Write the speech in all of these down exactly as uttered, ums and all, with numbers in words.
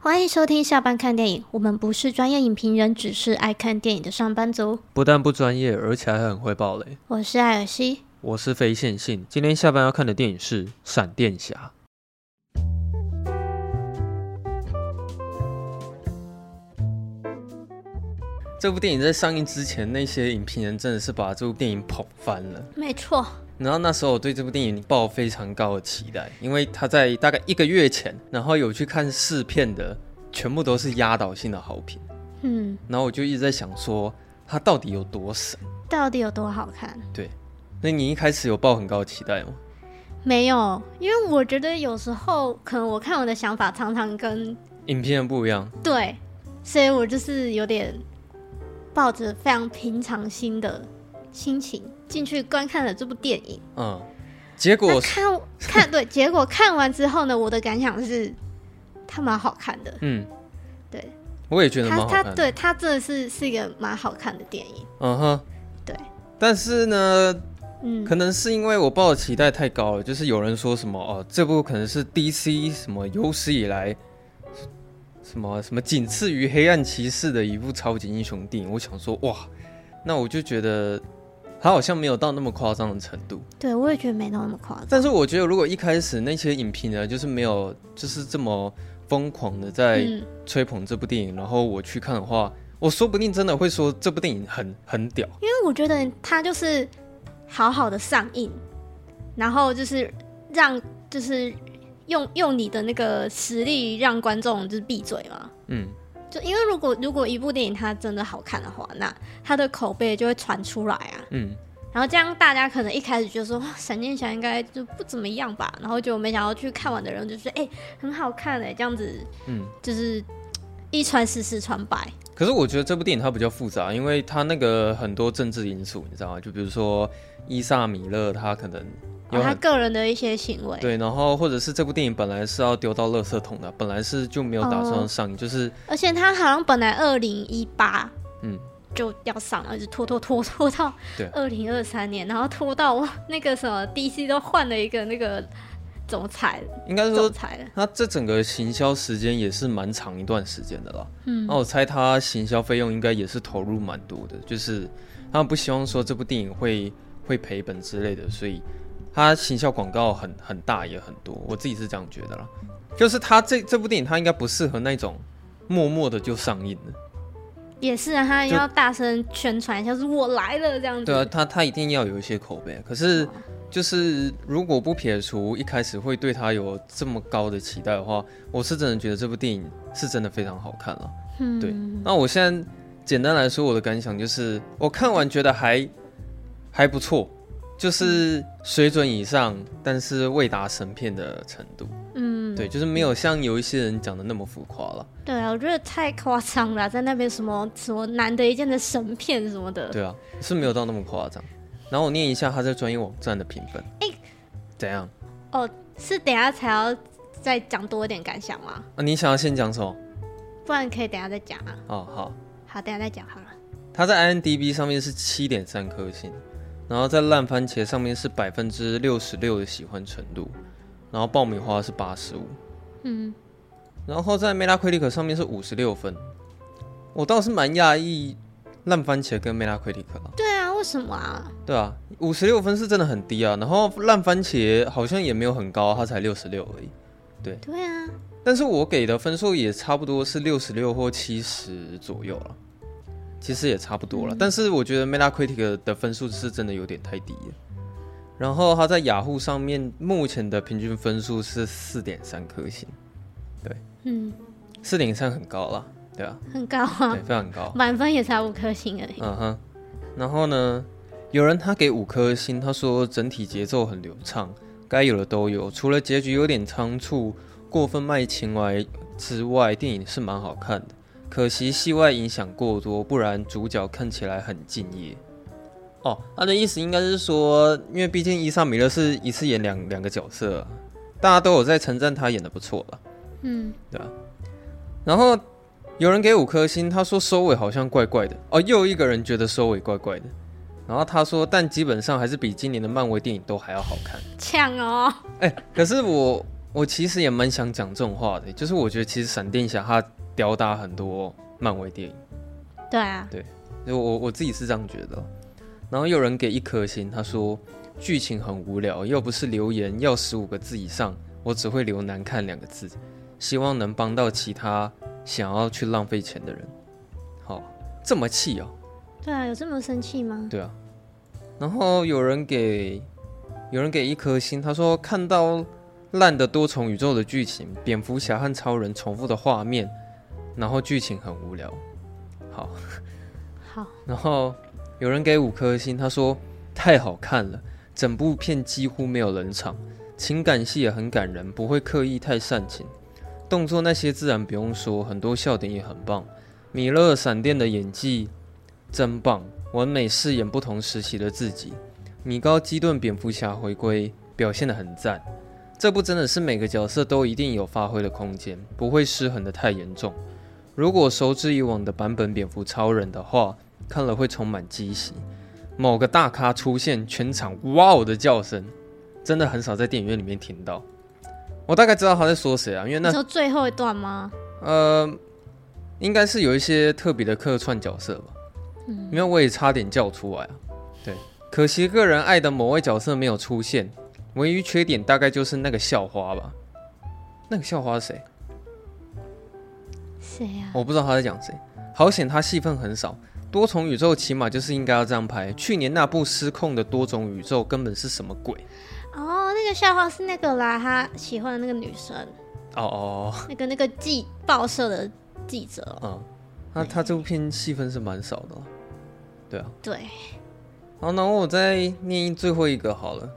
欢迎收听下班看电影，我们不是专业影评人，只是爱看电影的上班族。 不但不专业，而且还很会爆雷。 我是艾尔西， 我是非线性。今天下班要看的电影是《闪电侠》。这部电影在上映之前，那些影评人真的是把这部电影捧翻了。 没错。 然后那时候我对这部电影抱非常高的期待，因为他在大概一个月前，然后有去看试片的，全部都是压倒性的好评。嗯，然后我就一直在想说，他到底有多神， 到底有多好看？ 对，那你一开始有抱很高的期待吗？ 没有，因为我觉得有时候可能我看我的想法常常跟影片人不一样。对， 所以我就是有点抱着非常平常心的心情进去观看了这部电影。嗯，结果看看对，结果看完之后呢，我的感想是，它蛮好看的。嗯，对， 我也觉得蛮好看的。 它它对它真的是是一个蛮好看的电影。 嗯哼， 对。 但是呢，嗯，可能是因为我抱的期待太高了，就是有人说什么哦，这部可能是 D C 什么有史以来什么什么仅次于黑暗骑士的一部超级英雄电影。我想说哇，那我就觉得他好像没有到那么夸张的程度。 对，我也觉得没到那么夸张。 但是我觉得如果一开始那些影评呢，就是没有就是这么疯狂的在吹捧这部电影，嗯，然后我去看的话，我说不定真的会说这部电影很很屌。 因为我觉得它就是好好的上映，然后就是让就是用用你的那个实力让观众就是闭嘴嘛。嗯。就因为如果如果一部电影它真的好看的话，那它的口碑就会传出来啊。嗯，然后这样大家可能一开始就说闪电侠应该就不怎么样吧，然后就没想到去看完的人就说哎，欸，很好看哎，欸，这样子，嗯，就是一传十十传百。 可是我觉得这部电影它比较复杂，因为它那个很多政治因素，你知道吗？就比如说伊萨米勒他可能有他个人的一些行为， 对，然后或者是这部电影本来是要丢到垃圾桶的，本来是就没有打算要上映，哦，就是， 而且他好像本来二零一八嗯就要上了，一直拖拖拖拖到二零二三年，然后拖到那个什么 D C 都换了一个那个总裁， 应该说他这整个行销时间也是蛮长一段时间的啦。嗯，那我猜他行销费用应该也是投入蛮多的，就是他们不希望说这部电影会会赔本之类的，所以他行销广告很很大也很多，我自己是这样觉得啦。就是他这这部电影，他应该不适合那种默默的就上映的。 也是啊，他要大声宣传一下，说我来了这样子。 对啊，他他一定要有一些口碑。可是就是如果不撇除一开始会对他有这么高的期待的话，我是真的觉得这部电影是真的非常好看了。嗯，对。那我现在简单来说，我的感想就是，我看完觉得还还不错。就是水准以上，但是未达神片的程度。嗯，对，就是没有像有一些人讲的那么浮夸了。 对啊，我觉得太夸张了，在那边什么什么难得一见的神片什么的。 对啊，是没有到那么夸张。然后我念一下他在专业网站的评分。哎，怎样？ 哦，是等一下才要再讲多一点感想吗？ 啊，你想要先讲什么？ 不然可以等一下再讲啊。 哦，好， 好，等一下再讲好了。 他在 I M D B 上面是 七点三 颗星。然后在烂番茄上面是百分之六十六的喜欢程度，然后爆米花是八十五，嗯，然后在 Metacritic 上面是五十六分，我倒是蛮讶异烂番茄跟 Metacritic 啦。 对啊，为什么啊？ 对啊，五十六分是真的很低啊，然后烂番茄好像也没有很高，它才六十六而已。对， 对啊， 但是我给的分数也差不多是六十六或七十左右了。其实也差不多了，嗯，但是我觉得 Metacritic 的分数是真的有点太低了。然后它在雅虎上面目前的平均分数是 四点三 颗星，对，嗯 ，四点三 很高了，对啊， 很高啊， 对，非常高， 满分也才五颗星而已。 嗯哼，然后呢，有人他给五颗星，他说整体节奏很流畅，该有的都有，除了结局有点仓促、过分卖情怀之外，电影是蛮好看的。可惜戏外影响过多，不然主角看起来很敬业。哦，他的意思应该是说，因为毕竟伊莎米勒是一次演两两个角色，啊，大家都有在称赞他演得不错了。嗯，对啊。然后有人给五颗星，他说收尾好像怪怪的。哦，又一个人觉得收尾怪怪的。然后他说，但基本上还是比今年的漫威电影都还要好看。 呛哦。 哎，可是我。 我其实也蛮想讲这种话的，就是我觉得其实闪电侠他吊打很多漫威电影。 对啊， 对，我我自己是这样觉得。然后有人给一颗星，他说剧情很无聊，要不是留言要十五个字以上，我只会留难看两个字。希望能帮到其他想要去浪费钱的人。好，这么气哦？ 对啊，有这么生气吗？ 对啊。然后有人给有人给一颗星，他说看到烂的多重宇宙的剧情，蝙蝠侠和超人重复的画面，然后剧情很无聊。好， 好。 然后有人给五颗星，他说太好看了，整部片几乎没有冷场，情感戏也很感人，不会刻意太煽情，动作那些自然不用说，很多笑点也很棒。米勒闪电的演技真棒，完美饰演不同时期的自己。米高基顿蝙蝠侠回归，表现得很赞。这部真的是每个角色都一定有发挥的空间，不会失衡的太严重。如果熟知以往的版本蝙蝠超人的话，看了会充满惊喜。某个大咖出现，全场哇哦的叫声，真的很少在电影院里面听到。我大概知道他在说谁啊，因为那你说最后一段吗？ 呃，应该是有一些特别的客串角色吧。嗯，因为我也差点叫出来啊。对，可惜个人爱的某位角色没有出现，唯一缺点大概就是那个校花吧。那个校花是谁？ 谁啊？ 我不知道他在讲谁。好险他戏份很少，多重宇宙起码就是应该要这样拍。去年那部失控的多种宇宙根本是什么鬼？ 哦，那个笑话是那个啦，他喜欢的那个女生。 哦哦， 那个那个记报社的记者。 嗯，那他这部片戏份是蛮少的、啊。对啊。 对。 好，那我再念最后一个好了。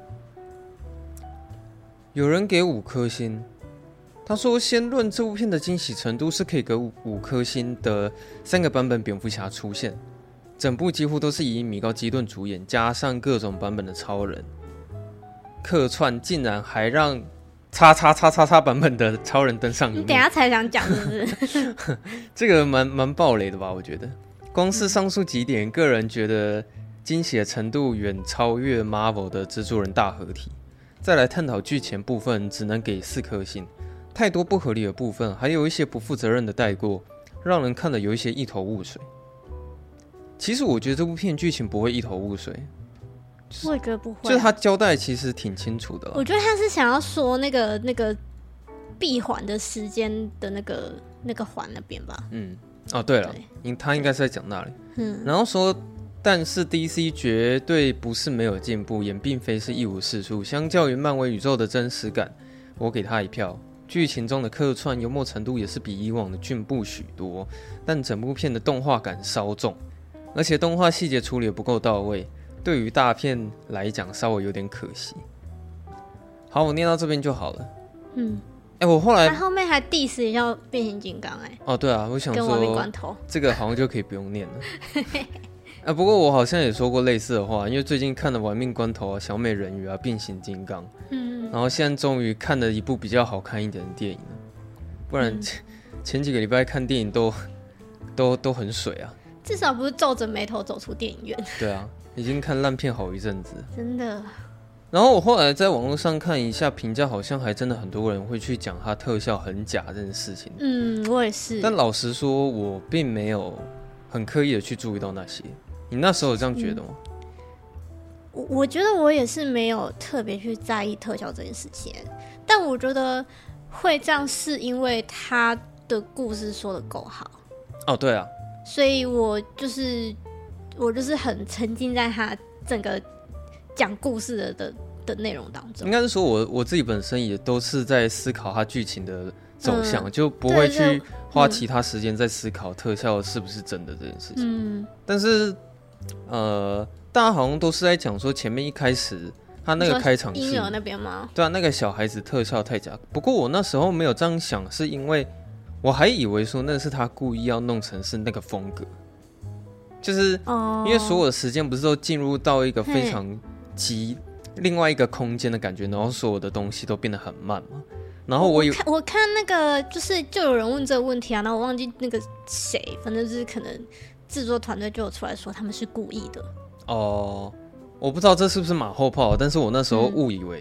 有人给五颗星。他说：“先论这部片的惊喜程度，是可以给五颗星的三个版本蝙蝠侠出现，整部几乎都是以米高基顿主演，加上各种版本的超人客串，竟然还让叉叉叉叉叉版本的超人登上荧幕。” 你等一下才想讲是不是？ 这个蛮蛮爆雷的吧？我觉得，光是上述几点，个人觉得惊喜的程度远超越 Marvel 的蜘蛛人大合体。再来探讨剧情部分，只能给四颗星。太多不合理的部分，还有一些不负责任的带过，让人看了有一些一头雾水。其实我觉得这部片剧情不会一头雾水， 我也觉得不会、啊， 就是他交代其实挺清楚的。 我觉得他是想要说那个那个闭环的时间的那个那个环那边吧。 嗯，哦对了，对他应该是在讲那里。 嗯， 然后说，但是 D C 绝对不是没有进步，也并非是一无是处。相较于漫威宇宙的真实感，我给他一票。剧情中的客串幽默程度也是比以往的进步许多，但整部片的动画感稍重，而且动画细节处理也不够到位，对于大片来讲稍微有点可惜。好，我念到这边就好了。嗯，哎、欸，我后来他后面还 diss 一下变形金刚，哎， 哦，对啊，我想说， 跟亡命关头这个好像就可以不用念了。啊，不过我好像也说过类似的话，因为最近看了《玩命关头》啊、《小美人鱼》啊、《变形金刚》，嗯，然后现在终于看了一部比较好看一点的电影了，不然、嗯、前几个礼拜看电影都都都很水啊。 至少不是皱着眉头走出电影院。 对啊，已经看烂片好一阵子， 真的。 然后我后来在网络上看一下评价，好像还真的很多人会去讲它特效很假这件事情。 嗯，我也是。 但老实说，我并没有很刻意的去注意到那些。你那时候有这样觉得吗？ 嗯、我我觉得我也是没有特别去在意特效这件事情，但我觉得会这样是因为他的故事说的够好。 哦，对啊， 所以我就是我就是很沉浸在他整个讲故事的的的内容当中。 应该是说我我自己本身也都是在思考他剧情的走向，嗯、就不会去花其他时间在思考特效是不是真的这件事情。嗯，但是。呃，大家好像都是在讲说前面一开始他那个开场戏， 婴儿那边吗？ 对啊，那个小孩子特效太假。不过我那时候没有这样想，是因为我还以为说那是他故意要弄成是那个风格，就是因为所有的时间不是都进入到一个非常急另外一个空间的感觉，然后所有的东西都变得很慢嘛。然后我有我, 看我看那个就是就有人问这个问题啊，然后我忘记那个谁，反正就是可能。制作团队就有出来说他们是故意的哦，我不知道这是不是马后炮，但是我那时候误以为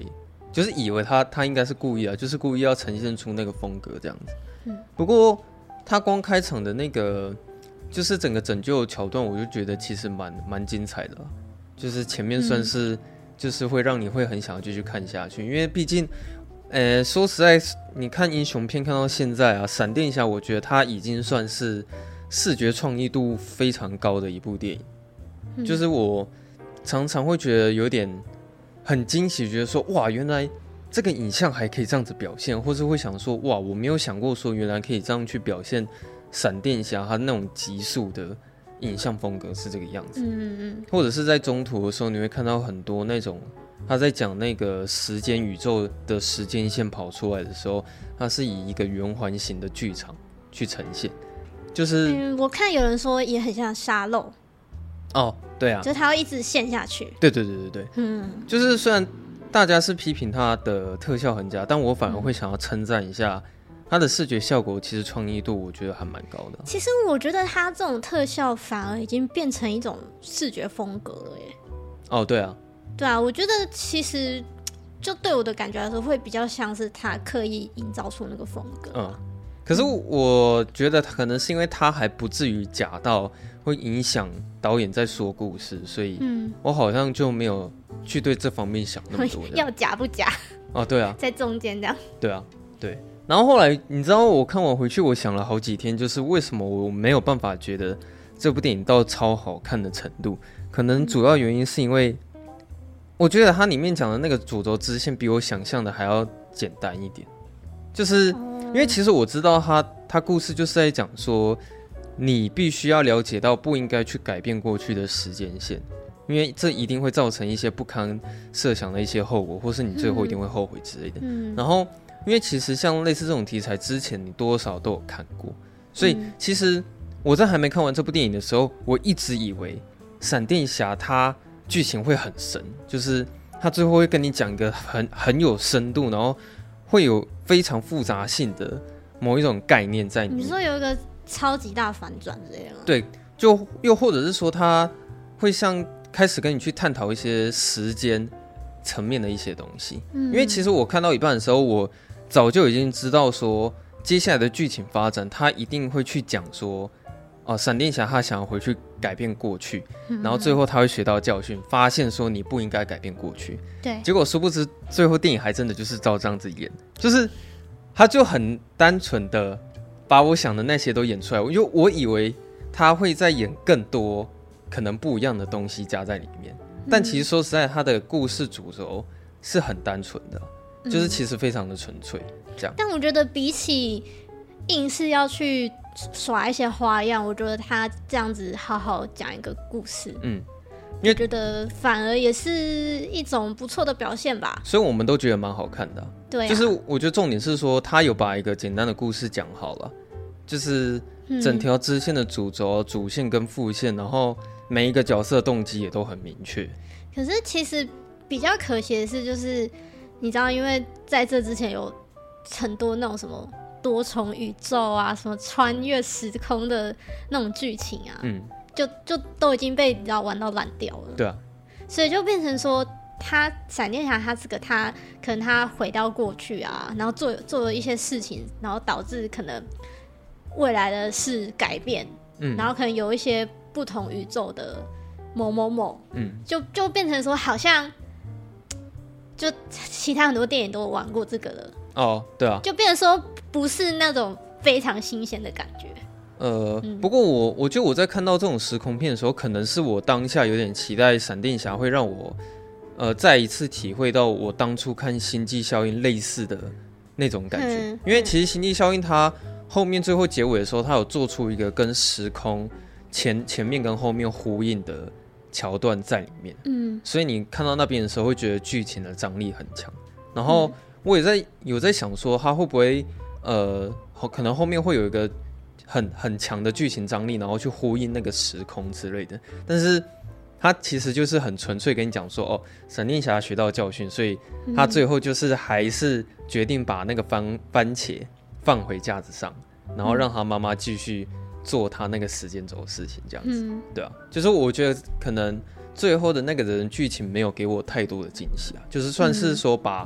就是以为他他应该是故意啊，就是故意要呈现出那个风格这样子。嗯，不过他光开场的那个，就是整个拯救桥段，我就觉得其实蛮蛮精彩的、啊，就是前面算是、嗯、就是会让你会很想要继续看下去，因为毕竟，呃，说实在，你看英雄片看到现在啊，闪电侠，我觉得他已经算是视觉创意度非常高的一部电影，嗯、就是我常常会觉得有点很惊喜，觉得说哇，原来这个影像还可以这样子表现，或是会想说哇，我没有想过说原来可以这样去表现闪电侠他那种急速的影像风格是这个样子，嗯嗯，或者是在中途的时候，你会看到很多那种他在讲那个时间宇宙的时间线跑出来的时候，它是以一个圆环形的剧场去呈现，就是、 嗯、我看有人说也很像沙漏， 哦，对啊， 就是它会一直陷下去， 对对对对对，嗯，就是虽然大家是批评它的特效很假，但我反而会想要称赞一下。它的视觉效果其实创意度我觉得还蛮高的。 其实我觉得它这种特效反而已经变成一种视觉风格了耶。 哦，对啊， 对啊，我觉得其实就对我的感觉来说，会比较像是他刻意营造出那个风格。嗯， 可是我觉得可能是因为他还不至于假到会影响导演在说故事，所以我好像就没有去对这方面想那么多。 要假不假？ 哦，对啊， 在中间这样。 对啊，对。然后后来你知道我看完回去我想了好几天，就是为什么我没有办法觉得这部电影到超好看的程度，可能主要原因是因为我觉得它里面讲的那个主轴支线比我想象的还要简单一点，就是因为其实我知道它它故事就是在讲说你必须要了解到不应该去改变过去的时间线，因为这一定会造成一些不堪设想的一些后果，或是你最后一定会后悔之类的、嗯、然后因为其实像类似这种题材之前你多少都有看过，所以其实我在还没看完这部电影的时候，我一直以为闪电侠他剧情会很深，就是他最后会跟你讲一个很很有深度，然后会有非常复杂性的某一种概念在里面。 你说有一个超级大反转之类的吗？ 对，就又或者是说他会像开始跟你去探讨一些时间层面的一些东西、嗯、因为其实我看到一半的时候，我早就已经知道说接下来的剧情发展他一定会去讲说哦，闪电侠他想要回去改变过去、嗯、然后最后他会学到教训，发现说你不应该改变过去， 对， 结果殊不知最后电影还真的就是照这样子演，就是他就很单纯的把我想的那些都演出来，因为我以为他会再演更多可能不一样的东西加在里面，但其实说实在他的故事主轴是很单纯的，就是其实非常的纯粹这样。 但我觉得比起硬是要去耍一些花样，我觉得他这样子好好讲一个故事，嗯，我觉得反而也是一种不错的表现吧。 所以我们都觉得蛮好看的、啊。 对、啊， 就是我觉得重点是说他有把一个简单的故事讲好了，就是整条支线的主轴、主线跟副线，然后每一个角色的动机也都很明确。 可是其实比较可惜的是，就是你知道，因为在这之前有很多那种什么多重宇宙啊，什么穿越时空的那种剧情啊，嗯，就就都已经被你知道玩到烂掉了。 对啊， 所以就变成说，他闪电侠他这个他可能他回到过去啊，然后做做了一些事情，然后导致可能未来的事改变，嗯，然后可能有一些不同宇宙的某某某，嗯，就就变成说好像就其他很多电影都玩过这个了。 哦，对啊， 就变成说不是那种非常新鲜的感觉。 呃、嗯，不过我我觉得我在看到这种时空片的时候，可能是我当下有点期待闪电侠会让我呃再一次体会到我当初看星际效应类似的那种感觉、嗯、因为其实星际效应它后面最后结尾的时候，它有做出一个跟时空前前面跟后面呼应的桥段在里面，嗯，所以你看到那边的时候会觉得剧情的张力很强，然后、嗯我也在有在想说，他会不会呃，可能后面会有一个很很强的剧情张力，然后去呼应那个时空之类的。但是他其实就是很纯粹跟你讲说，哦，闪电侠学到教训，所以他最后就是还是决定把那个番番茄放回架子上，然后让他妈妈继续做他那个时间轴的事情，这样子，嗯、对啊，就是我觉得可能最后的那个人剧情没有给我太多的惊喜啊，就是算是说把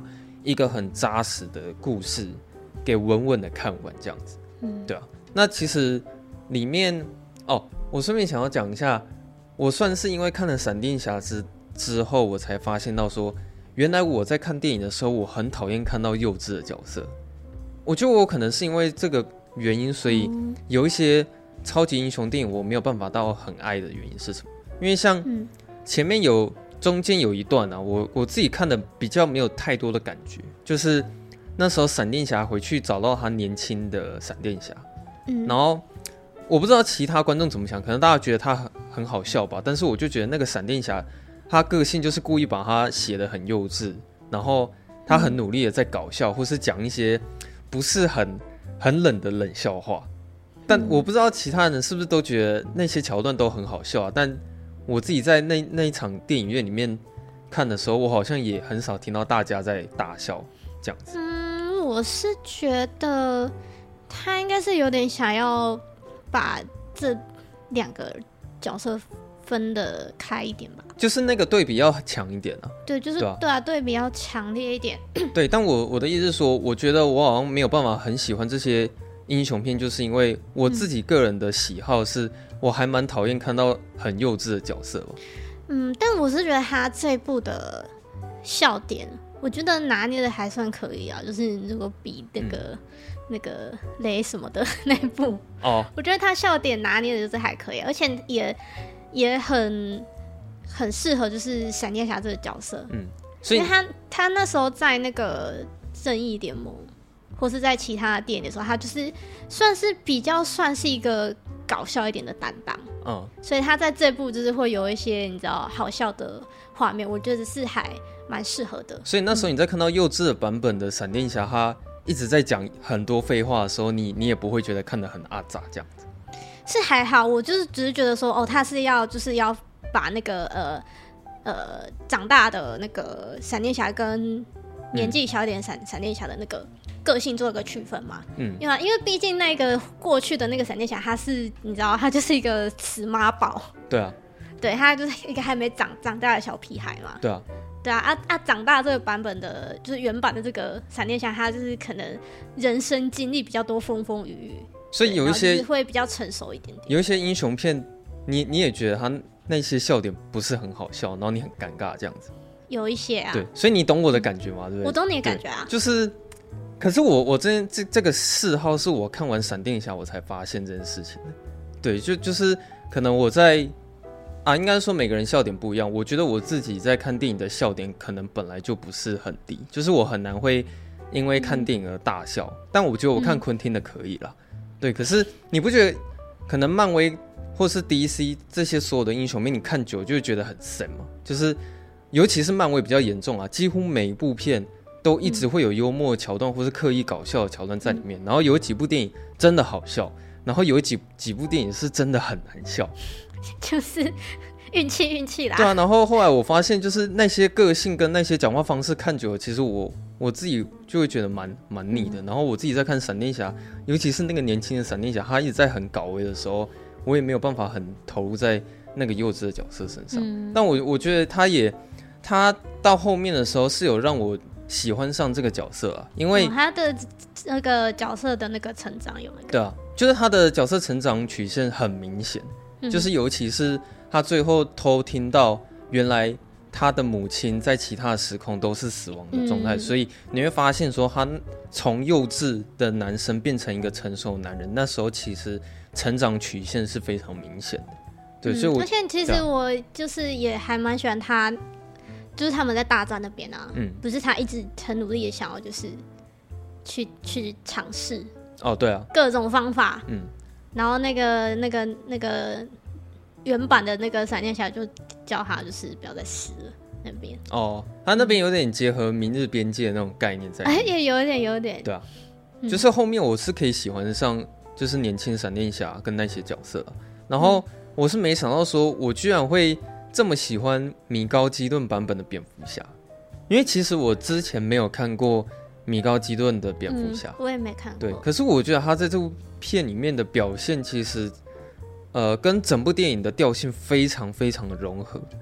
一个很扎实的故事给稳稳的看完这样子。嗯，对啊。那其实里面哦，我顺便想要讲一下，我算是因为看了闪电侠之之后，我才发现到说，原来我在看电影的时候，我很讨厌看到幼稚的角色。我觉得我可能是因为这个原因，所以有一些超级英雄电影我没有办法到很爱的原因是什么？因为像前面有中间有一段啊，我我自己看的比较没有太多的感觉，就是那时候闪电侠回去找到他年轻的闪电侠，嗯，然后我不知道其他观众怎么想，可能大家觉得他很很好笑吧，但是我就觉得那个闪电侠他个性就是故意把他写得很幼稚，然后他很努力的在搞笑，或是讲一些不是很很冷的冷笑话。但我不知道其他人是不是都觉得那些桥段都很好笑啊？但我自己在那那一场电影院里面看的时候，我好像也很少听到大家在大笑这样子。 嗯，我是觉得他应该是有点想要把这两个角色分得开一点吧， 就是那个对比要强一点啊。 对，就是 对 啊, 对啊，对比要强烈一点。 对，但我我的意思是说，我觉得我好像没有办法很喜欢这些英雄片，就是因为我自己个人的喜好是，我还蛮讨厌看到很幼稚的角色吧。 嗯，但我是觉得他这部的笑点，我觉得拿捏的还算可以啊。就是如果比那个、嗯、那个雷什么的那部，哦，我觉得他笑点拿捏的就是还可以，而且也也很很适合就是闪电侠这个角色。嗯，所以因为他他那时候在那个正义联盟，或是在其他的电影的时候，他就是算是比较算是一个搞笑一点的担当，嗯，所以他在这部就是会有一些你知道好笑的画面，我觉得是还蛮适合的。 所以那时候你在看到幼稚的版本的闪电侠，他一直在讲很多废话的时候，你你也不会觉得看得很阿杂这样子？ 是还好，我就是只是觉得说，哦，他是要就是要把那个呃呃长大的那个闪电侠跟年纪小一点闪闪电侠的那个个性做一个区分嘛，嗯，因为因为毕竟那个过去的那个闪电侠，他是你知道，他就是一个死妈宝， 对啊， 对，他就是一个还没长长大的小屁孩嘛， 对啊， 对啊，啊啊，长大这个版本的，就是原版的这个闪电侠，他就是可能人生经历比较多风风雨雨， 所以有一些会比较成熟一点点。 有一些英雄片，你你也觉得他那些笑点不是很好笑，然后你很尴尬这样子。 有一些啊， 对，所以你懂我的感觉吗？对不对？ 我懂你的感觉啊， 就是，可是我我这这这个嗜好是我看完闪电侠我才发现这件事情的。对，就就是可能我在啊，应该说每个人笑点不一样。我觉得我自己在看电影的笑点可能本来就不是很低，就是我很难会因为看电影而大笑。嗯、但我觉得我看昆汀的可以啦。嗯、对，可是你不觉得可能漫威或是 D C 这些所有的英雄片，你看久就会觉得很神吗？就是。尤其是漫威比较严重啊，几乎每一部片都一直会有幽默的桥段或是刻意搞笑的桥段在里面，嗯、然后有几部电影真的好笑，然后有几几部电影是真的很难笑， 就是运气运气啦。 对啊，然后后来我发现，就是那些个性跟那些讲话方式看久了，其实我我自己就会觉得蛮蛮腻的。然后我自己在看闪电侠，尤其是那个年轻的闪电侠，他一直在很搞威的时候，我也没有办法很投入在那个幼稚的角色身上。嗯、但我我觉得他也。他到后面的时候是有让我喜欢上这个角色啊，因为、 哦、他的那个角色的那个成长有那个， 对啊，就是他的角色成长曲线很明显，嗯、就是尤其是他最后偷听到原来他的母亲在其他的时空都是死亡的状态，嗯、所以你会发现说他从幼稚的男生变成一个成熟男人，那时候其实成长曲线是非常明显的，对，嗯、所以我而且其实我就是也还蛮喜欢他。就是他们在大战那边啊，嗯，不是他一直很努力的想要就是去去尝试哦，对啊， 各种方法，嗯，然后那个那个那个原版的那个闪电侠就叫他就是不要再试了那边哦，他那边有点结合明日边界的那种概念在， 哎，也有一点有一点， 对啊，嗯、就是后面我是可以喜欢上就是年轻闪电侠跟那些角色、啊，然后我是没想到说我居然会。这么喜欢米高基顿版本的蝙蝠侠，因为其实我之前没有看过米高基顿的蝙蝠侠、 嗯，我也没看过。 对，可是我觉得他在这部片里面的表现，其实呃跟整部电影的调性非常非常的融合。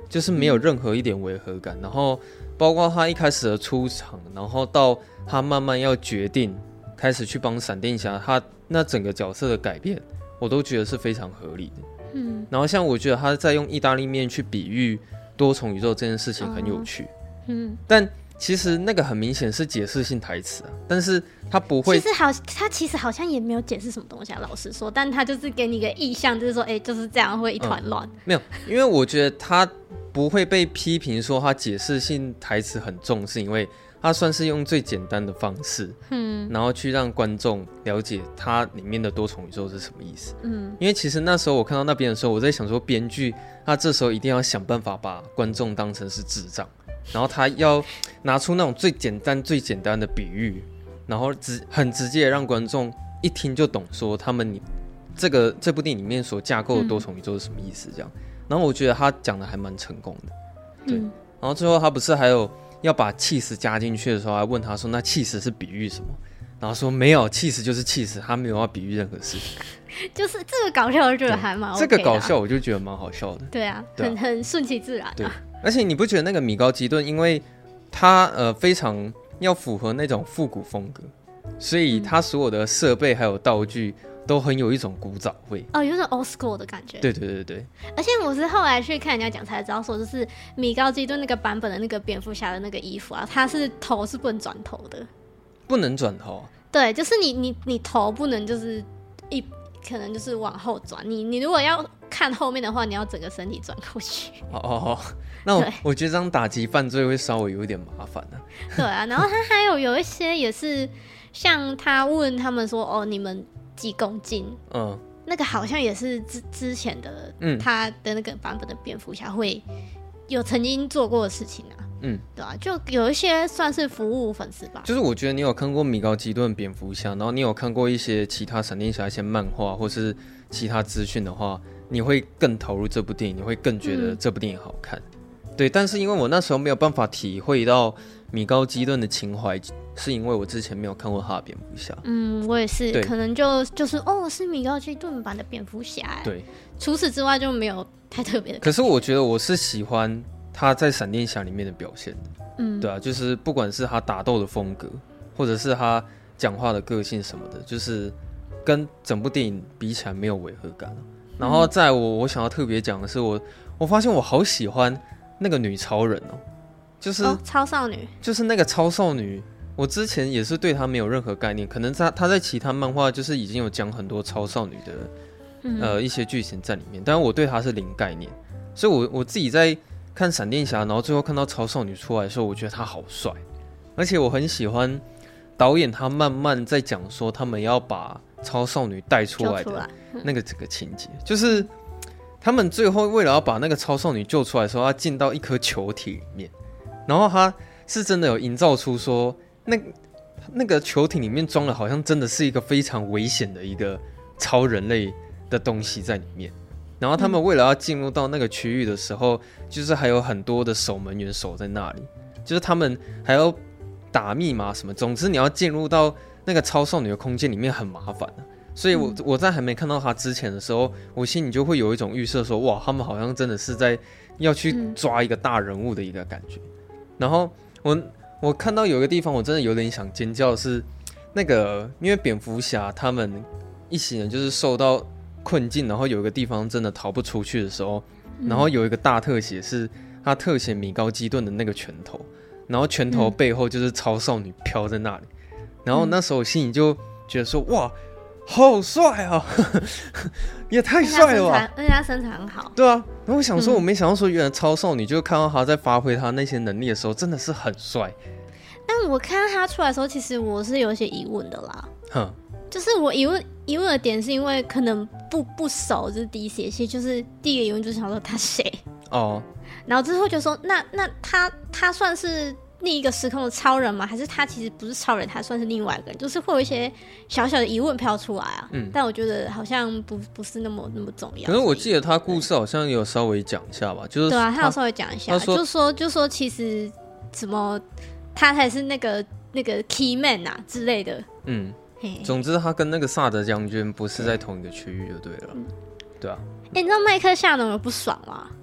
就是没有任何一点违和感。然后包括他一开始的出场，然后到他慢慢要决定开始去帮闪电侠，他那整个角色的改变，我都觉得是非常合理的。嗯，然后像我觉得他在用意大利面去比喻多重宇宙这件事情很有趣。嗯，但其实那个很明显是解释性台词啊，但是他不会。 其实好，他其实好像也没有解释什么东西啊，老实说，但他就是给你一个意象，就是说，哎、欸，就是这样会一团乱、嗯。 没有，因为我觉得他不会被批评说他解释性台词很重，是因为他算是用最简单的方式，嗯，然后去让观众了解它里面的多重宇宙是什么意思。嗯，因为其实那时候我看到那边的时候，我在想说，编剧他这时候一定要想办法把观众当成是智障。然后他要拿出那种最简单最简单的比喻，然后直很直接的让观众一听就懂，说他们这个这部电影里面所架构的多重宇宙是什么意思这样。然后我觉得他讲的还蛮成功的，对。嗯、然后最后他不是还有要把气势加进去的时候，还问他说那气势是比喻什么？然后说没有，气势就是气势，他没有要比喻任何事情。 就是这个搞笑，我觉得还蛮 OK 的、啊。 这个搞笑我就觉得蛮好笑的。 对啊，对啊很很顺其自然、啊。 对。而且你不觉得那个米高基顿，因为他呃非常要符合那种复古风格，所以他所有的设备还有道具都很有一种古早味。 哦，有种 old school 的感觉。 对对对对。 而且我是后来去看人家讲才知道，说就是米高基顿那个版本的那个蝙蝠侠的那个衣服啊，他是头是不能转头的。 不能转头、啊？对， 就是你你你头不能就是一可能就是往后转，你你如果要看后面的话，你要整个身体转过去。 哦哦哦。那 我, 我觉得这样打击犯罪会稍微有一点麻烦啊。 对啊，然后他还有有一些也是像他问他们说哦你们几公斤，嗯，那个好像也是之之前的、嗯、他的那个版本的蝙蝠侠会有曾经做过的事情啊。嗯，对啊，就有一些算是服务粉丝吧。 就是我觉得你有看过米高基顿蝙蝠侠，然后你有看过一些其他闪电侠一些漫画或是其他资讯的话，你会更投入这部电影，你会更觉得这部电影好看。嗯对，但是因为我那时候没有办法体会到米高基顿的情怀，是因为我之前没有看过他的蝙蝠侠。 嗯，我也是，可能就就是哦，是米高基顿版的蝙蝠侠。 对， 除此之外就没有太特别的。 可是我觉得我是喜欢他在闪电侠里面的表现的。嗯，对啊，就是不管是他打斗的风格，或者是他讲话的个性什么的，就是跟整部电影比起来没有违和感。然后再我我想要特别讲的是我，我发现我好喜欢那个女超人哦，就是、 哦、超少女， 就是那个超少女。我之前也是对她没有任何概念，可能她她在其他漫画就是已经有讲很多超少女的、嗯、呃一些剧情在里面，但是我对她是零概念，所以我我自己在看闪电侠，然后最后看到超少女出来的时候，我觉得她好帅，而且我很喜欢导演他慢慢在讲说他们要把超少女带出来的那个整个情节，就是他们最后为了要把那个超少女救出来的时候，他进到一颗球体里面，然后他是真的有营造出说那那个球体里面装的好像真的是一个非常危险的一个超人类的东西在里面。然后他们为了要进入到那个区域的时候，就是还有很多的守门员守在那里，就是他们还要打密码什么，总之你要进入到那个超少女的空间里面很麻烦啊。所以我我在还没看到他之前的时候，我心里就会有一种预设说，哇，他们好像真的是在要去抓一个大人物的一个感觉。然后我我看到有一个地方我真的有点想尖叫的是，那个因为蝙蝠侠他们一行人就是受到困境，然后有一个地方真的逃不出去的时候，然后有一个大特写是他特写米高基顿的那个拳头，然后拳头背后就是超少女飘在那里，然后那时候我心里就觉得说，哇，好帅啊，也太帅了吧！ 而且他身材很好。 对啊，然后我想说，我没想到说，原来超少女就看到他在发挥他那些能力的时候，真的是很帅。 但我看到他出来的时候，其实我是有一些疑问的啦。哼，就是我疑问疑问的点是因为可能不不熟，就是第一些，其实就是第一个疑问就是想说他谁哦，然后之后就说那那他他算是另一个时空的超人吗？还是他其实不是超人，他算是另外一个人？就是会有一些小小的疑问飘出来啊。嗯，但我觉得好像不不是那么那么重要。 可是我记得他故事好像有稍微讲一下吧，就是对啊，他有稍微讲一下，就说就说其实什么他才是那个那个 key man 啊之类的。嗯， 总之他跟那个萨德将军不是在同一个区域就对了。嗯、对啊。 哎、欸，你知道麦克夏农有不爽吗？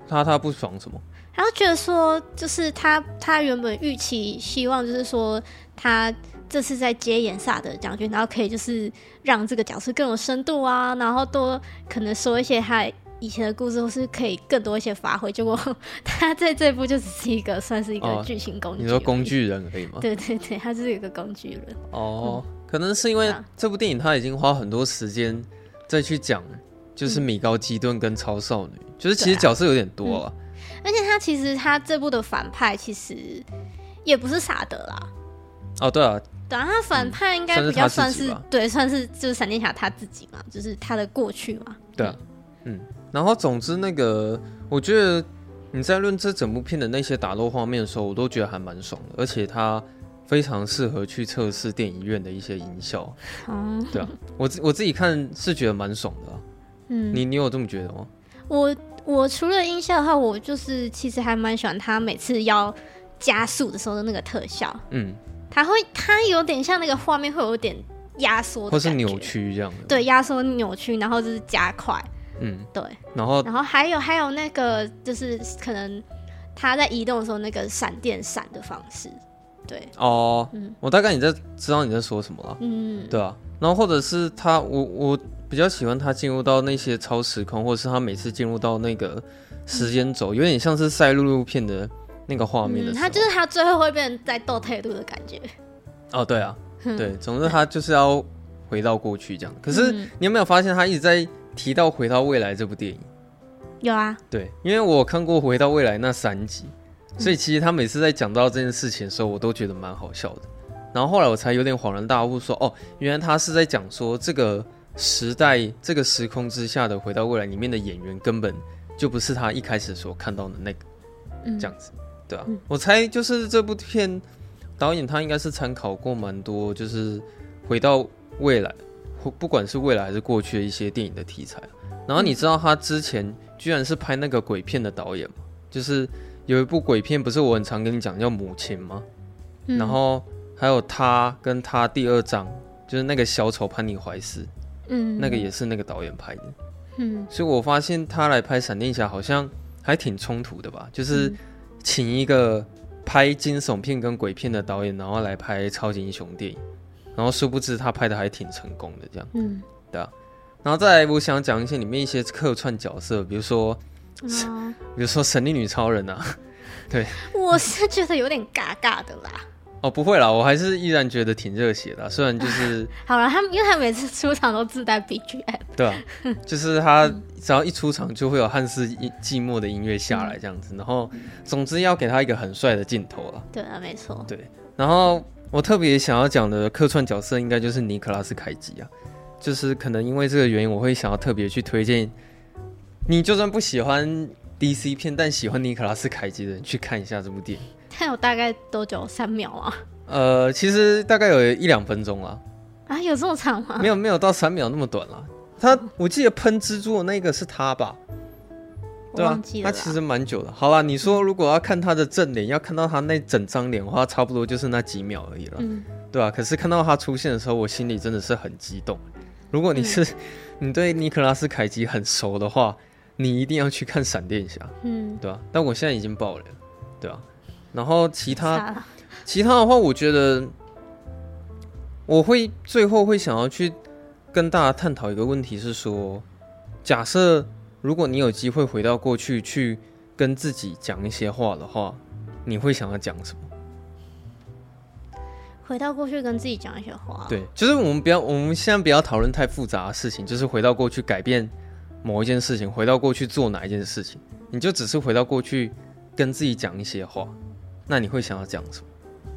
他他不爽什么？ 然后觉得说，就是他他原本预期希望就是说他这次在接演萨德将军，然后可以就是让这个角色更有深度啊，然后多可能说一些他以前的故事，或是可以更多一些发挥。结果他在这部就只是一个算是一个剧情工具、哦。 你说工具人而已吗？ 对对对，他就是一个工具人。 哦、嗯，可能是因为这部电影他已经花很多时间再去讲，就是米高基顿跟超少女，嗯、就是其实角色有点多啊。嗯， 而且他其实他这部的反派其实也不是萨德啦。 哦，对啊， 对啊，他反派应该比较算是、 嗯、 对，算是就是闪电侠他自己嘛，就是他的过去嘛。 对啊，嗯，然后总之那个，我觉得你在论这整部片的那些打斗画面的时候，我都觉得还蛮爽的，而且它非常适合去测试电影院的一些音效。嗯，对啊，我我自己看是觉得蛮爽的、啊。嗯，你你有这么觉得吗？ 我。我除了音效的话，我就是其实还蛮喜欢他每次要加速的时候的那个特效。嗯，他会，他有点像那个画面会有点压缩的感觉， 或是扭曲这样的。 对，压缩扭曲，然后就是加快。嗯，对。 然后， 然后还有还有那个就是可能他在移动的时候那个闪电闪的方式。对。哦， 嗯，我大概你在知道你在说什么了。嗯，对啊。然后或者是他，我我。比较喜欢他进入到那些超时空，或者是他每次进入到那个时间轴，有点像是赛璐璐片的那个画面的时候、嗯、 他就是他最后会变成在斗态度的感觉。 哦，对啊，对，总之他就是要回到过去这样。可是你有没有发现他一直在提到《回到未来》这部电影？ 有啊， 对，因为我看过《回到未来》那三集，所以其实他每次在讲到这件事情的时候，我都觉得蛮好笑的。然后后来我才有点恍然大悟说，哦，原来他是在讲说这个时代这个时空之下的回到未来里面的演员根本就不是他一开始所看到的那个、嗯、这样子，对啊、嗯、我猜就是这部片导演他应该是参考过蛮多就是回到未来不管是未来还是过去的一些电影的题材。然后你知道他之前居然是拍那个鬼片的导演吗？就是有一部鬼片不是我很常跟你讲叫母亲吗、嗯、然后还有他跟他第二章就是那个小丑潘尼怀斯，嗯，那个也是那个导演拍的，嗯，所以我发现他来拍闪电侠好像还挺冲突的吧，就是请一个拍惊悚片跟鬼片的导演，然后来拍超级英雄电影，然后殊不知他拍的还挺成功的这样，嗯，对啊。然后再来我想讲一些里面一些客串角色，比如说、哦、比如说神力女超人啊，对， 我是觉得有点尬尬的啦。 哦，不会啦，我还是依然觉得挺热血的、啊，虽然就是好了，他因为他每次出场都自带 B G M， 对啊，就是他只要一出场就会有汉斯寂寞的音乐下来这样子，然后总之要给他一个很帅的镜头啦。 对啊，没错。 对，然后我特别想要讲的客串角色应该就是尼可拉斯凯奇啊，就是可能因为这个原因，我会想要特别去推荐你，就算不喜欢 D C 片，但喜欢尼可拉斯凯奇的人去看一下这部电影。 它有大概多久？三秒啊？ 呃，其实大概有一两分钟啊。 啊，有这么长吗？ 没有，没有到三秒那么短啦。他，我记得喷蜘蛛的那个是他吧？对啊，他其实蛮久的。好啦，你说如果要看他的正脸，要看到他那整张脸的话，差不多就是那几秒而已了，嗯，对啊，可是看到他出现的时候，我心里真的是很激动。如果你是、嗯、你对尼可拉斯凯奇很熟的话，你一定要去看闪电侠，嗯，对啊。但我现在已经爆了，对啊。然后其他其他的话，我觉得我会最后会想要去跟大家探讨一个问题是说，假设如果你有机会回到过去去跟自己讲一些话的话，你会想要讲什么？ 回到过去跟自己讲一些话， 对，就是我们不要我们现在不要讨论太复杂的事情，就是回到过去改变某一件事情，回到过去做哪一件事情，你就只是回到过去跟自己讲一些话。那你会想要讲什么？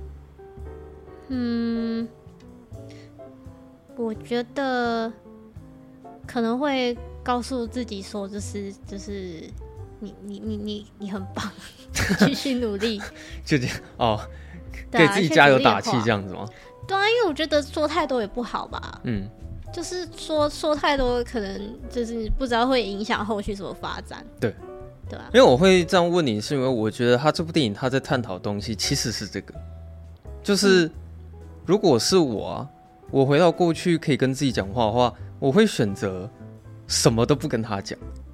嗯，我觉得可能会告诉自己说，就是就是你你你你你很棒，继续努力， 就这样哦，给自己加油打气这样子吗？ 对啊，因为我觉得说太多也不好吧。嗯，就是说说太多，可能就是不知道会影响后续什么发展。 对。对啊，因为我会这样问你，是因为我觉得他这部电影他在探讨的东西其实是这个，就是如果是我啊，我回到过去可以跟自己讲话的话，我会选择什么都不跟他讲。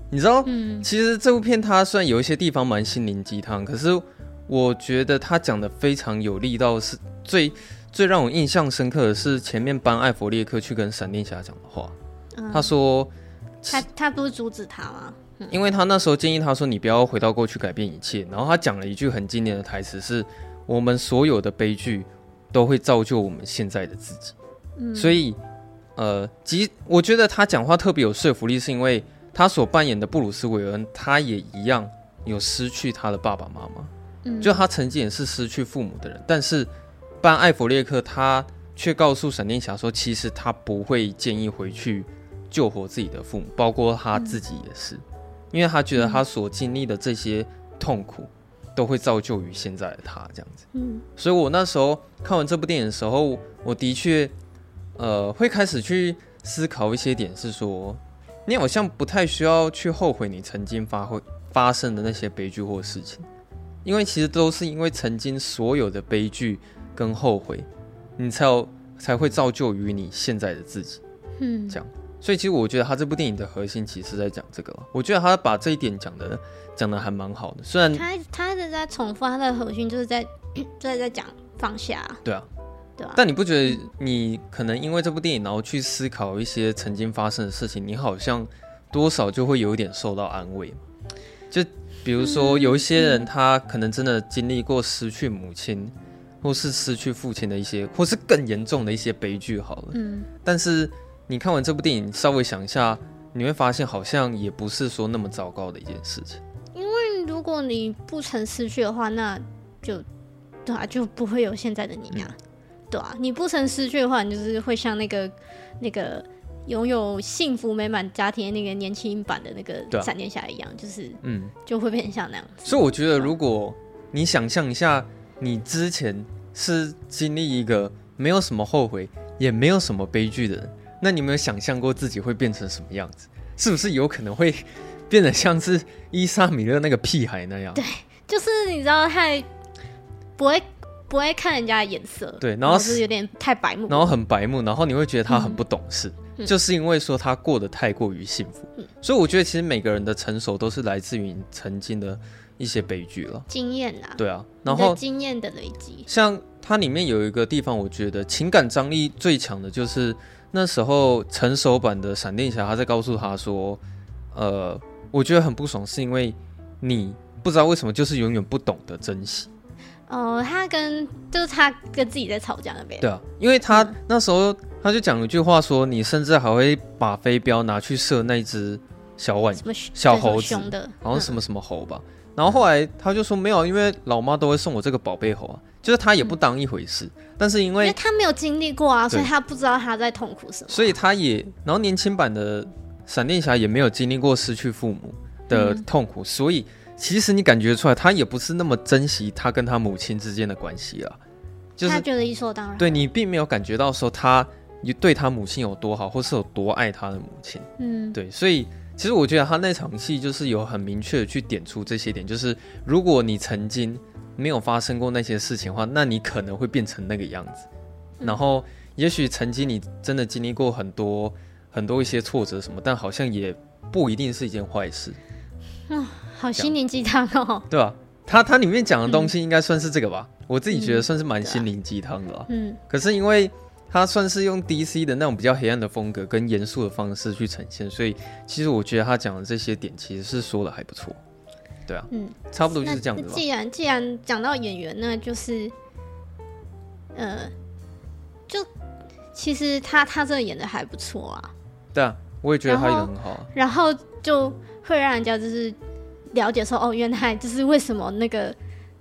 你知道，嗯，其实这部片它虽然有一些地方蛮心灵鸡汤，可是我觉得他讲的非常有力道，是最最让我印象深刻的是前面班艾弗列克去跟闪电侠讲的话，嗯、他说他他不是阻止他吗？ 嗯、因为他那时候建议他说你不要回到过去改变一切，然后他讲了一句很经典的台词是我们所有的悲剧都会造就我们现在的自己，嗯、所以呃，即我觉得他讲话特别有说服力，是因为他所扮演的布鲁斯韦恩他也一样有失去他的爸爸妈妈。就他曾经也是失去父母的人，但是班艾弗列克他却告诉闪电侠说，其实他不会建议回去救活自己的父母，包括他自己也是，因为他觉得他所经历的这些痛苦都会造就于现在的他这样子。嗯，所以我那时候看完这部电影的时候，我的确呃会开始去思考一些点，是说你好像不太需要去后悔你曾经发会发生的那些悲剧或事情。因为其实都是因为曾经所有的悲剧跟后悔，你才有才会造就于你现在的自己。嗯，这样。所以其实我觉得他这部电影的核心其实是在讲这个。我觉得他把这一点讲的讲的还蛮好的。虽然他他一直在重复他的核心，就是在在在讲放下。 对啊，对啊。但你不觉得你可能因为这部电影，然后去思考一些曾经发生的事情，你好像多少就会有一点受到安慰嘛？就。比如说有一些人他可能真的经历过失去母亲或是失去父亲的一些或是更严重的一些悲剧好了，嗯，但是你看完这部电影稍微想一下，你会发现好像也不是说那么糟糕的一件事情。 因为如果你不曾失去的话，那就对啊，就不会有现在的你啊，嗯、对啊，你不曾失去的话，你就是会像那个那个拥有幸福美满家庭的那个年轻版的那个闪电侠一样，啊、就是嗯，就会变成像那样子。 所以我觉得，如果你想象一下，你之前是经历一个没有什么后悔，也没有什么悲剧的人，那你有没有想象过自己会变成什么样子？是不是有可能会变得像是伊莎米勒那个屁孩那样？ 对，就是你知道太不会不会看人家的眼色， 对，然后然后是有点太白目， 然后很白目，然后你会觉得他很不懂事。嗯，就是因为说他过得太过于幸福，嗯、所以我觉得其实每个人的成熟都是来自于你曾经的一些悲剧了， 经验啦， 对啊，然后经验的累积。 像它里面有一个地方，我觉得情感张力最强的就是那时候成熟版的闪电侠，他在告诉他说，呃，我觉得很不爽，是因为你不知道为什么就是永远不懂得珍惜。 哦，他跟就是他跟自己在吵架那边。 对啊，因为他、嗯、那时候他就讲一句话说，你甚至还会把飞镖拿去射那只小浣小猴子，好像什么什么猴吧。嗯、然后后来他就说没有，因为老妈都会送我这个宝贝猴啊，就是他也不当一回事。嗯、但是因为因为他没有经历过啊，所以他不知道他在痛苦什么。 所以他也，然后年轻版的闪电侠也没有经历过失去父母的痛苦，嗯、所以。其实你感觉出来，他也不是那么珍惜他跟他母亲之间的关系啦，就是他觉得理所当然。 对，你并没有感觉到说他对他母亲有多好，或是有多爱他的母亲。嗯，对，所以其实我觉得他那场戏就是有很明确的去点出这些点，就是如果你曾经没有发生过那些事情的话，那你可能会变成那个样子。嗯、然后，也许曾经你真的经历过很多很多一些挫折什么，但好像也不一定是一件坏事。 嗯，好心灵鸡汤哦， 对吧？它它里面讲的东西应该算是这个吧，嗯、我自己觉得算是蛮心灵鸡汤的啦。嗯，可是因为它算是用 D C 的那种比较黑暗的风格跟严肃的方式去呈现，所以其实我觉得他讲的这些点其实是说的还不错。对啊，嗯，差不多就是这样子吧。 既然既然讲到演员呢，就是呃，就其实他他这演的还不错啊。 对啊，我也觉得他演得很好啊。 然后就会让人家就是了解说，哦，原来就是为什么那个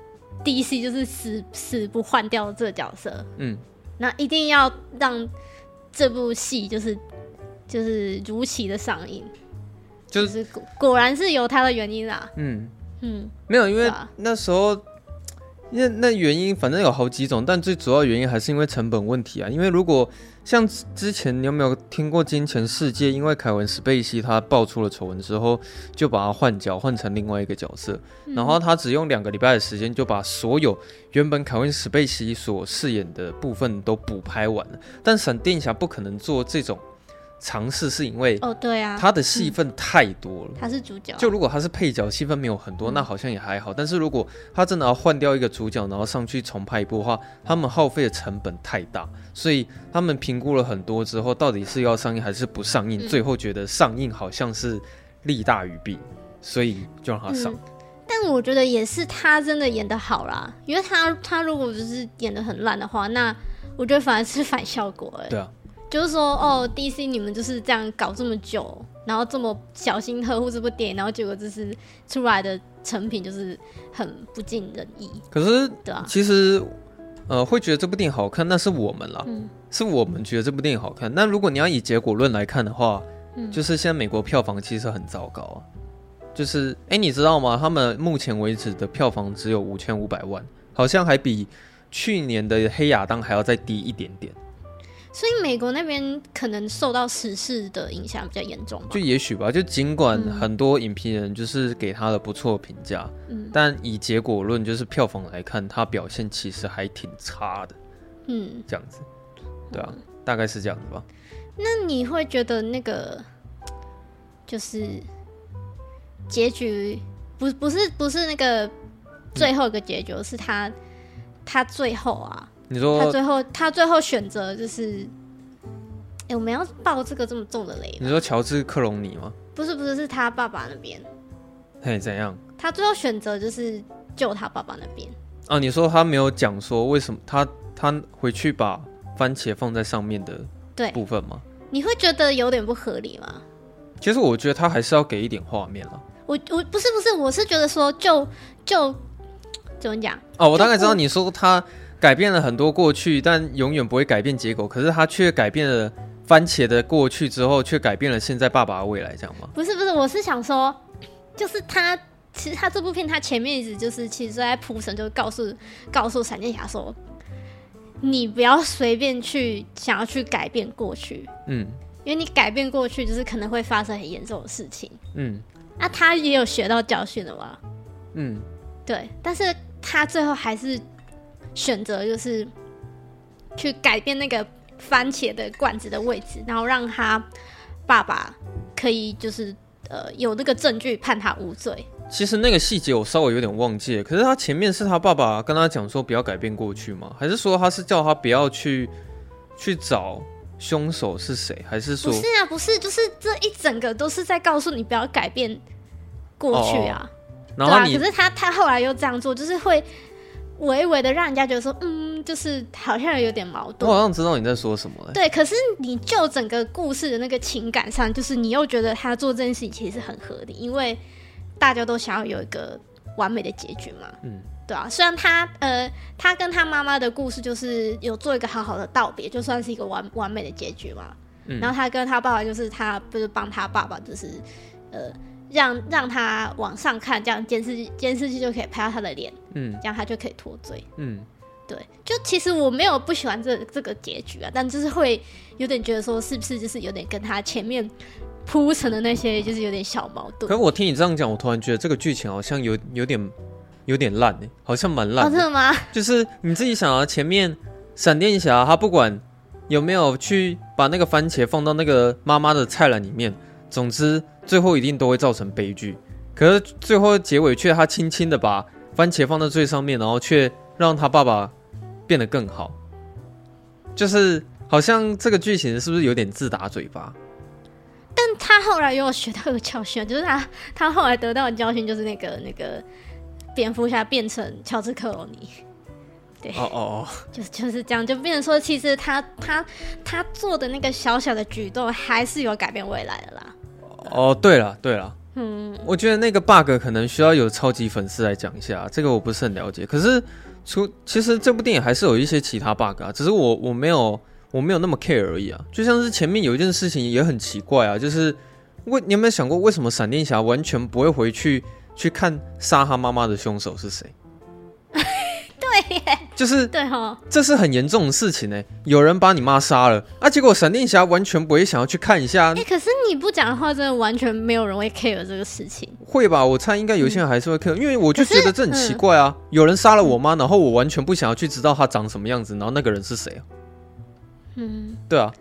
D C 就是死死不换掉这个角色。嗯，那一定要让这部戏就是就是如期的上映，就、就是果然是有它的原因啦。嗯嗯，没有，因为那时候。因为那原因反正有好几种，但最主要的原因还是因为成本问题啊。因为如果像之前你有没有听过《金钱世界》？因为凯文·史贝西他爆出了丑闻之后，就把他换角，换成另外一个角色，嗯、然后他只用两个礼拜的时间就把所有原本凯文·史贝西所饰演的部分都补拍完了。但闪电侠不可能做这种尝试，是因为哦，对啊， 他的戏份太多了、嗯， 他是主角。 就如果他是配角，戏份没有很多、嗯，那好像也还好。但是如果他真的要换掉一个主角，然后上去重拍一部的话，他们耗费的成本太大，所以他们评估了很多之后，到底是要上映还是不上映，嗯、最后觉得上映好像是利大于弊，所以就让他上。嗯， 但我觉得也是他真的演得好啦，因为他他如果就是演得很烂的话，那我觉得反而是反效果哎、欸。 对啊， 就是说哦 ，D C 你们就是这样搞这么久，然后这么小心呵护这部电影，然后结果就是出来的成品就是很不尽人意。 可是， 对啊， 其实呃会觉得这部电影好看，那是我们啦，嗯、是我们觉得这部电影好看。那如果你要以结果论来看的话，嗯、就是现在美国票房其实很糟糕啊。就是哎、欸，你知道吗？他们目前为止的票房只有五千五百万，好像还比去年的《黑亚当》还要再低一点点。 所以美国那边可能受到时事的影响比较严重吧？ 就也许吧。就尽管很多影评人就是给他的不错评价，嗯，但以结果论，就是票房来看，他表现其实还挺差的。嗯，这样子，对啊，嗯、大概是这样子吧。 那你会觉得那个就是结局不不是不是那个最后一个结局，嗯、是他他最后啊？ 你说他最后他最后选择就是，哎、欸，我们要爆这个这么重的雷？ 你说乔治克隆尼吗？ 不是不是，是他爸爸那边。 嘿，怎样？ 他最后选择就是救他爸爸那边。 啊，你说他没有讲说为什么他他回去把番茄放在上面的部分吗？ 你会觉得有点不合理吗？ 其实我觉得他还是要给一点画面了。 我我不是不是，我是觉得说就就怎么讲？ 哦，我大概知道你说他改变了很多过去，但永远不会改变结果。可是他却改变了番茄的过去之后，却改变了现在爸爸的未来，这样吗？ 不是不是，我是想说，就是他其实他这部片他前面一直就是其实在铺陈，就告诉告诉闪电侠说，你不要随便去想要去改变过去，嗯，因为你改变过去就是可能会发生很严重的事情，嗯，那、啊、他也有学到教训了吧？嗯，对，但是他最后还是选择就是去改变那个番茄的罐子的位置，然后让他爸爸可以就是呃有那个证据判他无罪。 其实那个细节我稍微有点忘记了，可是他前面是他爸爸跟他讲说不要改变过去吗？还是说他是叫他不要去去找凶手是谁？还是说不是啊？不是，就是这一整个都是在告诉你不要改变过去啊。哦、然后你对啊，可是他他后来又这样做，就是会微微的让人家觉得说，嗯，就是好像有点矛盾。 我好像知道你在说什么了。 对，可是你就整个故事的那个情感上，就是你又觉得他做这件事情其实很合理，因为大家都想要有一个完美的结局嘛。嗯，对啊。虽然他呃，他跟他妈妈的故事就是有做一个好好的道别，就算是一个完完美的结局嘛。嗯。然后他跟他爸爸就是他不是帮他爸爸就是呃。让让他往上看，这样监视监视器就可以拍到他的脸，嗯，这样他就可以脱罪，嗯，对，就其实我没有不喜欢这这个结局啊，但就是会有点觉得说，是不是就是有点跟他前面铺陈的那些就是有点小矛盾。 可是我听你这样讲，我突然觉得这个剧情好像有有点有点烂哎，好像蛮烂的。 哦，真的吗？ 就是你自己想啊，前面闪电侠他不管有没有去把那个番茄放到那个妈妈的菜篮里面，总之最后一定都会造成悲剧。可是最后结尾却他轻轻的把番茄放在最上面，然后却让他爸爸变得更好，就是好像这个剧情是不是有点自打嘴巴？ 但他后来又有学到一个教训，就是他他后来得到的教训就是那个那个蝙蝠侠变成乔治克隆尼。对， 哦哦哦， 就是就是这样，就变成说，其实他他他做的那个小小的举动，还是有改变未来的啦。 哦，对了对了，嗯，我觉得那个 bug 可能需要有超级粉丝来讲一下，这个我不是很了解。可是除其实这部电影还是有一些其他 bug 啊，只是我我没有我没有那么 care 而已啊。就像是前面有一件事情也很奇怪啊，就是为你有没有想过，为什么闪电侠完全不会回去去看杀他妈妈的凶手是谁？ 对耶， 就是对齁， 这是很严重的事情耶，有人把你妈杀了啊，结果闪电侠完全不会想要去看一下。 哎、欸，可是你不讲的话，真的完全没有人会 care 这个事情。 会吧？我猜应该有些人还是会 care，、嗯、因为我就觉得这很奇怪啊。嗯、有人杀了我妈，然后我完全不想要去知道她长什么样子，然后那个人是谁啊？嗯，对啊。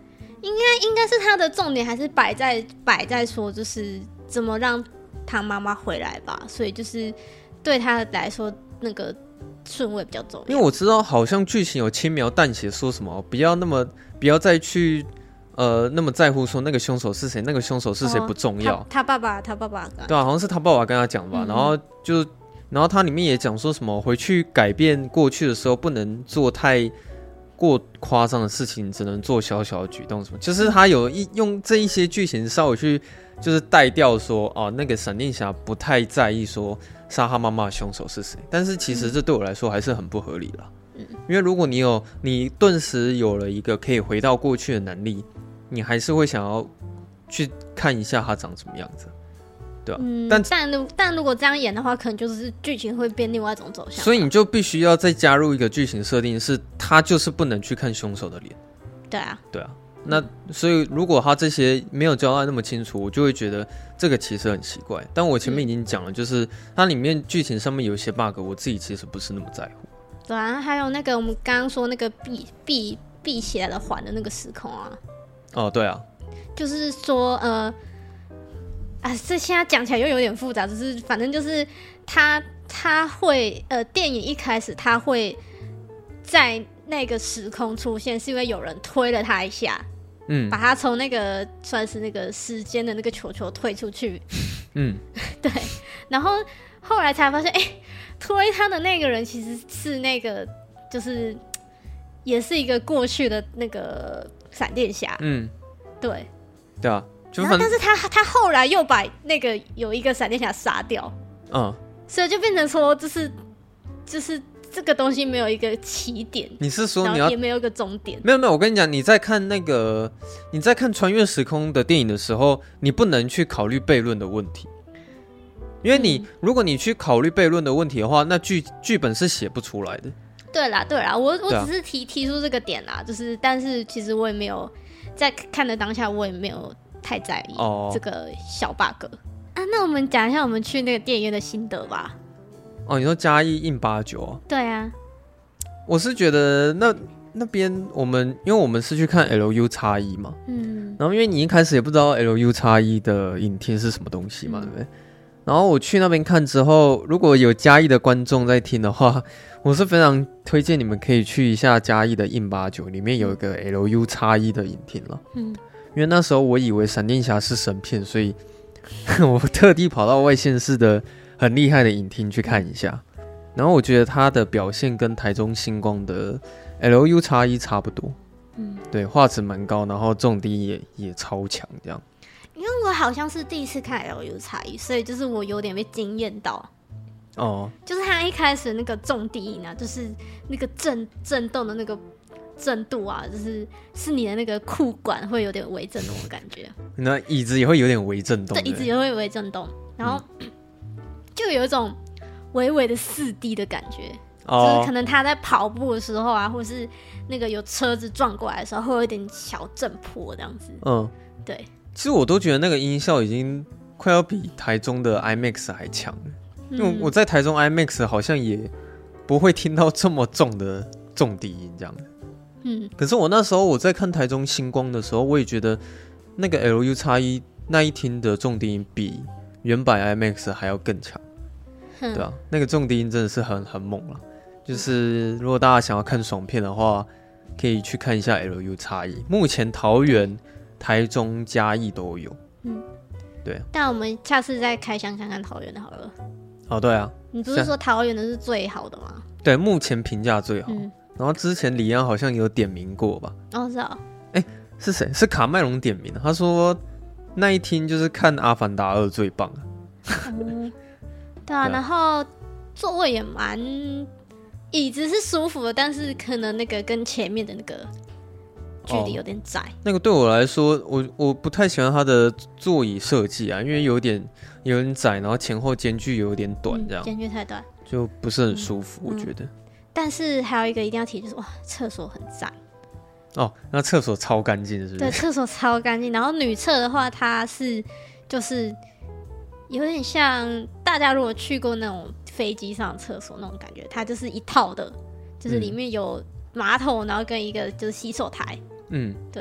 应该应该是他的重点还是摆在摆在说，就是怎么让他妈妈回来吧。所以就是对他来说，那个顺位比较重要。 因为我知道好像剧情有轻描淡写说什么，不要那么不要再去呃那么在乎说那个凶手是谁，那个凶手是谁不重要。 哦、他, 他爸爸，他爸爸对啊，好像是他爸爸跟他讲吧，嗯、然后就然后他里面也讲说什么回去改变过去的时候不能做太过夸张的事情，只能做小小的举动什么，就是他有一用这一些剧情稍微去就是带掉说哦，那个闪电侠不太在意说杀他妈妈的凶手是谁，但是其实这对我来说还是很不合理啦。嗯，因为如果你有你顿时有了一个可以回到过去的能力，你还是会想要去看一下他长什么样子。对啊， 嗯、但但如但如果这样演的话，可能就是剧情会变另外一种走向。 所以你就必须要再加入一个剧情设定，是他就是不能去看凶手的脸。 对啊， 对啊。那所以如果他这些没有交代那么清楚，我就会觉得这个其实很奇怪。但我前面已经讲了，就是它里面剧情上面有一些 bug， 我自己其实不是那么在乎。 对啊，还有那个我们刚刚说那个闭闭闭起来的环的那个时空啊。 哦，对啊， 就是说呃。啊，这现在讲起来又有点复杂，就是反正就是他他会呃，电影一开始他会在那个时空出现，是因为有人推了他一下，嗯，把他从那个算是那个时间的那个球球推出去，嗯，对，然后后来才发现，哎、欸，推他的那个人其实是那个就是也是一个过去的那个闪电侠，嗯，对， 对啊。 然后但是他他后来又把那个有一个闪电侠杀掉，嗯，所以就变成说，就是就是这个东西没有一个起点。 你是说你要也没有一个终点？ 没有没有，我跟你讲，你在看那个你在看穿越时空的电影的时候，你不能去考虑悖论的问题，因为你、嗯、如果你去考虑悖论的问题的话，那剧剧本是写不出来的。 对啦对啦，我我只是提、啊、提出这个点啦，就是但是其实我也没有在看的当下，我也没有太在意这个小 bug、oh. 啊。那我们讲一下我们去那个电影院的心得吧。 哦，你说嘉义印八九啊？ 对啊， 我是觉得那那边我们因为我们是去看 L U X 一嘛，嗯，然后因为你一开始也不知道 L U X 一的影厅是什么东西嘛，嗯、对不对？然后我去那边看之后，如果有嘉义的观众在听的话，我是非常推荐你们可以去一下嘉义的印八九，里面有一个 L U X 一的影厅了，嗯。因为那时候我以为闪电侠是神片，所以我特地跑到外县市的很厉害的影厅去看一下。然后我觉得他的表现跟台中星光的 L U X 一差不多，嗯，对，画质蛮高，然后重低也也超强这样。 因为我好像是第一次看 L U X 一，所以就是我有点被惊艳到。哦，就是他一开始那个重低音啊，就是那个震震动的那个。震度啊，就是是你的那个裤管会有点微震动的感觉， 那椅子也会有点微震动， 对，椅子也会微震动，然后、嗯、就有一种微微的四 D 的感觉、哦，就是可能他在跑步的时候啊，或是那个有车子撞过来的时候，会有一点小震波这样子。嗯，对。 其实我都觉得那个音效已经快要比台中的 IMAX 还强了、嗯，因为我在台中 IMAX 好像也不会听到这么重的重低音这样子。嗯，可是我那时候我在看台中星光的时候，我也觉得那个 L U X 一那一厅的重低音比原版 IMAX 还要更强，对啊，那个重低音真的是很很猛了。就是如果大家想要看爽片的话，可以去看一下 L U X 一。目前桃园、台中、嘉义都有。嗯，对。 但我们下次再开箱看看桃园的好了。 哦，对啊。 你不是说桃园的是最好的吗？ 对，目前评价最好。嗯，然后之前李安好像有点名过吧？ 哦，是啊。 哎、欸，是谁？是卡麦隆点名，他说那一厅就是看《阿凡达二》最棒、 嗯、对啊，然后座位也蛮，椅子是舒服的，但是可能那个跟前面的那个距离有点窄、哦。那个对我来说，我我不太喜欢它的座椅设计啊，因为有点有点窄，然后前后间距有点短，这样、嗯、 间距太短， 就不是很舒服、嗯，我觉得。 但是还有一个一定要提，就是哇，厕所很赞哦，那厕所超干净，是不是？ 对，厕所超干净。然后女厕的话，它是就是有点像大家如果去过那种飞机上的厕所那种感觉，它就是一套的，就是里面有马桶，然后跟一个就是洗手台。嗯，对。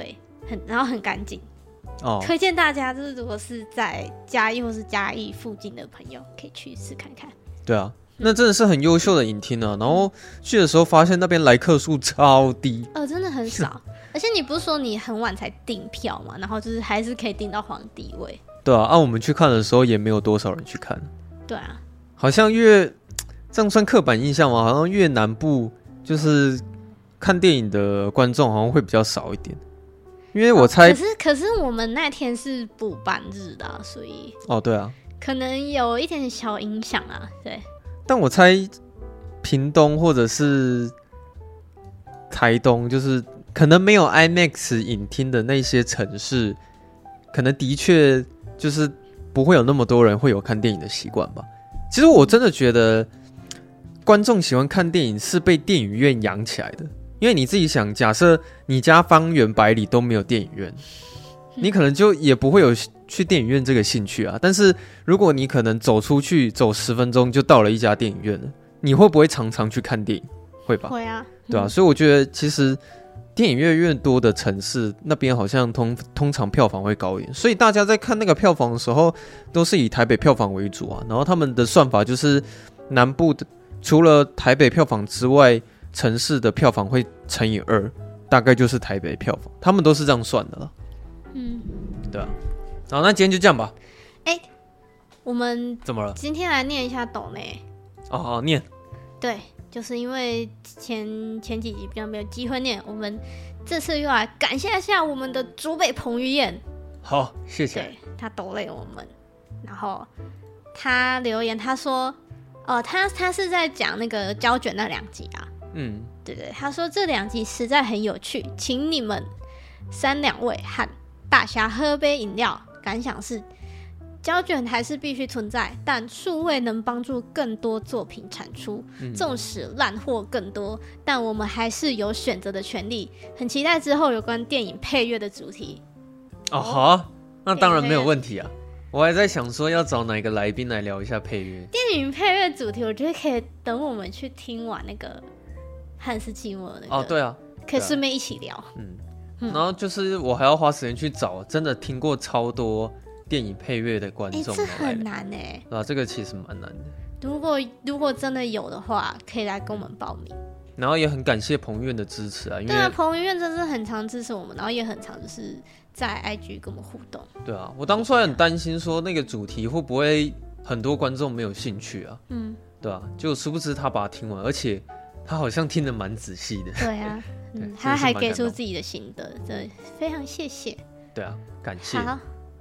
很然后很干净。 哦， 推荐大家就是如果是在嘉义或是嘉义附近的朋友，可以去试看看。 对啊，那真的是很优秀的影厅啊。然后去的时候发现那边来客数超低， 呃，真的很少。而且你不是说你很晚才订票嘛，然后就是还是可以订到皇帝位。 对啊，按、啊、我们去看的时候也没有多少人去看。 对啊， 好像越这样算刻板印象吗？好像越南部就是看电影的观众好像会比较少一点。因为我猜、 哦，可是可是我们那天是补班日的、啊，所以哦，对啊， 可能有一点小影响啊。对， 但我猜屏东或者是台东，就是可能没有 IMAX 影厅的那些城市，可能的确就是不会有那么多人会有看电影的习惯吧。其实我真的觉得，观众喜欢看电影是被电影院养起来的。因为你自己想，假设你家方圆百里都没有电影院，你可能就也不会有去电影院这个兴趣啊。但是如果你可能走出去走十分钟就到了一家电影院了，你会不会常常去看电影？会吧？ 会啊， 对啊。所以我觉得其实电影院越多的城市，那边好像通通常票房会高一点。所以大家在看那个票房的时候，都是以台北票房为主啊。然后他们的算法就是南部的除了台北票房之外，城市的票房会乘以二，大概就是台北票房，他们都是这样算的了。 嗯， 对啊。好，那今天就这样吧。 哎、欸，我们怎么了？ 今天来念一下抖内。 哦，好念。对， 就是因为前前几集比较没有机会念，我们这次又来感谢一下我们的竹北彭于晏。 好，谢谢。 对，他抖内我们，然后他留言他说，哦、呃，他他是在讲那个胶卷那两集啊。嗯，对对，他说这两集实在很有趣，请你们三两位和大侠喝杯饮料。感想是，胶卷还是必须存在，但数位能帮助更多作品产出，纵使烂货更多，但我们还是有选择的权利。很期待之后有关电影配乐的主题。 哦，好啊，那当然没有问题啊。我还在想说要找哪个来宾来聊一下配乐。 电影配乐主题，我觉得可以等我们去听完那个汉斯季默那个。 哦，对啊， 可以顺便一起聊。嗯， 嗯，然后就是我还要花时间去找真的听过超多电影配乐的观众。 哎、欸，这很难哎、欸。 对啊，这个其实蛮难的。 如果如果真的有的话，可以来跟我们报名。 然后也很感谢彭于晏的支持啊，因为对啊，彭于晏真是很常支持我们，然后也很常就是在 I G 跟我们互动。 对啊，我当初还很担心说那个主题会不会很多观众没有兴趣啊。嗯，对啊，就殊不知他把它听完，而且他好像听得蛮仔细的。 对啊，嗯，他还给出自己的心得，对，非常谢谢。 对啊，感谢。 好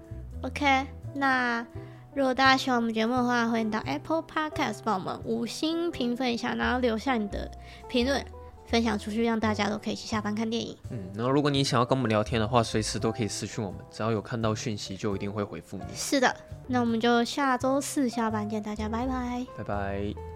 ，OK， 那如果大家喜欢我们节目的话，欢迎到 Apple Podcast 帮我们五星评分一下，然后留下你的评论，分享出去，让大家都可以一起下班看电影。 嗯，然后如果你想要跟我们聊天的话，随时都可以私讯我们，只要有看到讯息就一定会回复你。 是的，那我们就下周四下班见，大家拜拜， 拜拜。